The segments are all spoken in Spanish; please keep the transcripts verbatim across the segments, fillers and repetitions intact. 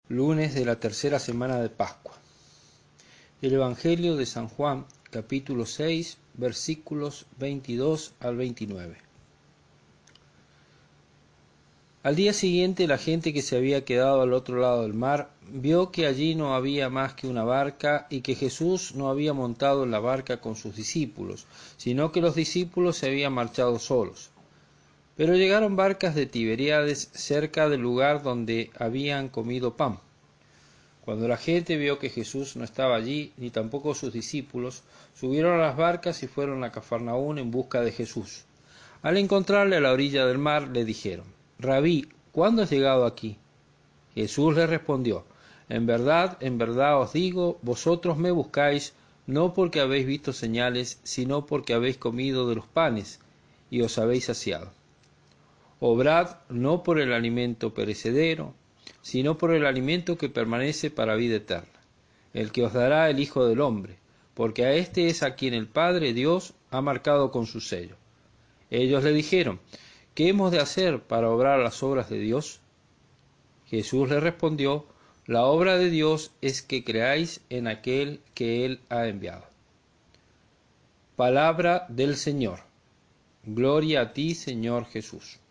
Lunes de la tercera semana de Pascua. El Evangelio de San Juan, capítulo seis, versículos veintidós al veintinueve. Al día siguiente, la gente que se había quedado al otro lado del mar vio que allí no había más que una barca y que Jesús no había montado en la barca con sus discípulos, sino que los discípulos se habían marchado solos. Pero llegaron barcas de Tiberíades cerca del lugar donde habían comido pan. Cuando la gente vio que Jesús no estaba allí, ni tampoco sus discípulos, subieron a las barcas y fueron a Cafarnaún en busca de Jesús. Al encontrarle a la orilla del mar, le dijeron: «Rabí, ¿cuándo has llegado aquí?» Jesús les respondió: «En verdad, en verdad os digo, vosotros me buscáis, no porque habéis visto señales, sino porque habéis comido de los panes, y os habéis saciado. Obrad no por el alimento perecedero, sino por el alimento que permanece para vida eterna, el que os dará el Hijo del Hombre, porque a éste es a quien el Padre Dios ha marcado con su sello». Ellos le dijeron: «¿Qué hemos de hacer para obrar las obras de Dios?» Jesús les respondió: «La obra de Dios es que creáis en aquel que Él ha enviado». Palabra del Señor. Gloria a ti, Señor Jesús.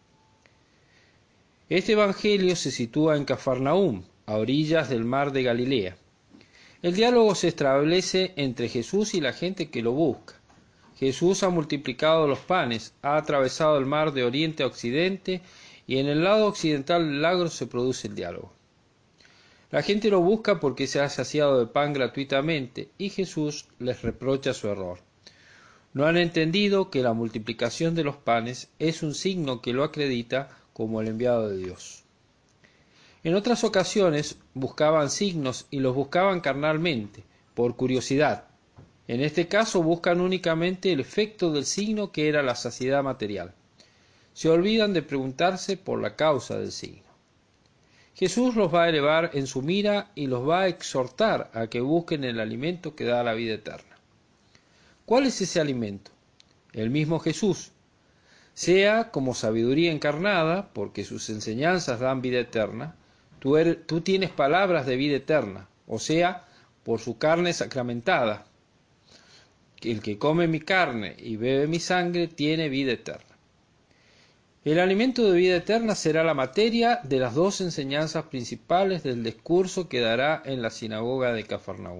Este evangelio se sitúa en Cafarnaúm, a orillas del mar de Galilea. El diálogo se establece entre Jesús y la gente que lo busca. Jesús ha multiplicado los panes, ha atravesado el mar de oriente a occidente, y en el lado occidental del lago se produce el diálogo. La gente lo busca porque se ha saciado de pan gratuitamente, y Jesús les reprocha su error. No han entendido que la multiplicación de los panes es un signo que lo acredita como el enviado de Dios. En otras ocasiones buscaban signos y los buscaban carnalmente, por curiosidad. En este caso buscan únicamente el efecto del signo, que era la saciedad material. Se olvidan de preguntarse por la causa del signo. Jesús los va a elevar en su mira y los va a exhortar a que busquen el alimento que da la vida eterna. ¿Cuál es ese alimento? El mismo Jesús. Sea como sabiduría encarnada, porque sus enseñanzas dan vida eterna, tú, eres, tú tienes palabras de vida eterna, o sea, por su carne sacramentada. El que come mi carne y bebe mi sangre tiene vida eterna. El alimento de vida eterna será la materia de las dos enseñanzas principales del discurso que dará en la sinagoga de Cafarnaúm.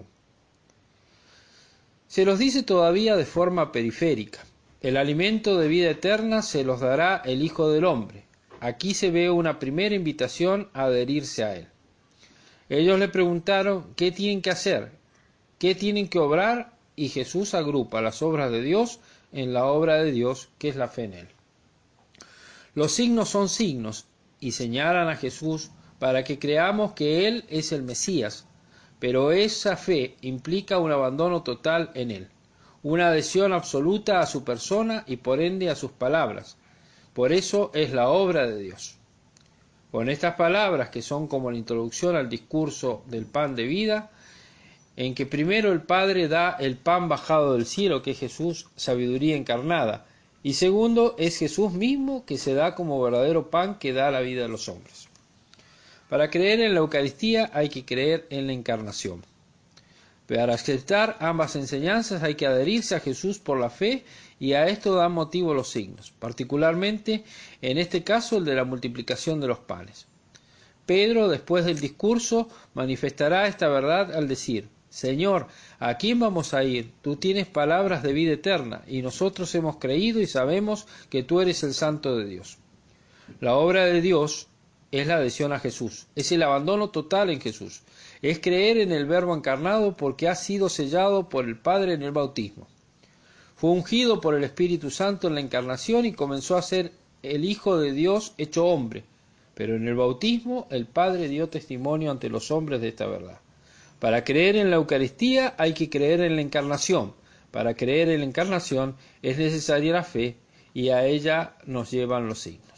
Se los dice todavía de forma periférica. El alimento de vida eterna se los dará el Hijo del Hombre. Aquí se ve una primera invitación a adherirse a él. Ellos le preguntaron qué tienen que hacer, qué tienen que obrar, y Jesús agrupa las obras de Dios en la obra de Dios, que es la fe en él. Los signos son signos y señalan a Jesús para que creamos que él es el Mesías, pero esa fe implica un abandono total en él, una adhesión absoluta a su persona y por ende a sus palabras. Por eso es la obra de Dios. Con estas palabras, que son como la introducción al discurso del pan de vida, en que primero el Padre da el pan bajado del cielo, que es Jesús, sabiduría encarnada, y segundo es Jesús mismo, que se da como verdadero pan que da la vida a los hombres. Para creer en la Eucaristía hay que creer en la encarnación. Para aceptar ambas enseñanzas hay que adherirse a Jesús por la fe, y a esto dan motivo los signos, particularmente en este caso el de la multiplicación de los panes. Pedro, después del discurso, manifestará esta verdad al decir: «Señor, ¿a quién vamos a ir? Tú tienes palabras de vida eterna, y nosotros hemos creído y sabemos que tú eres el Santo de Dios». La obra de Dios es la adhesión a Jesús, es el abandono total en Jesús, es creer en el Verbo encarnado porque ha sido sellado por el Padre en el bautismo. Fue ungido por el Espíritu Santo en la encarnación y comenzó a ser el Hijo de Dios hecho hombre, pero en el bautismo el Padre dio testimonio ante los hombres de esta verdad. Para creer en la Eucaristía hay que creer en la encarnación. Para creer en la encarnación es necesaria la fe, y a ella nos llevan los signos.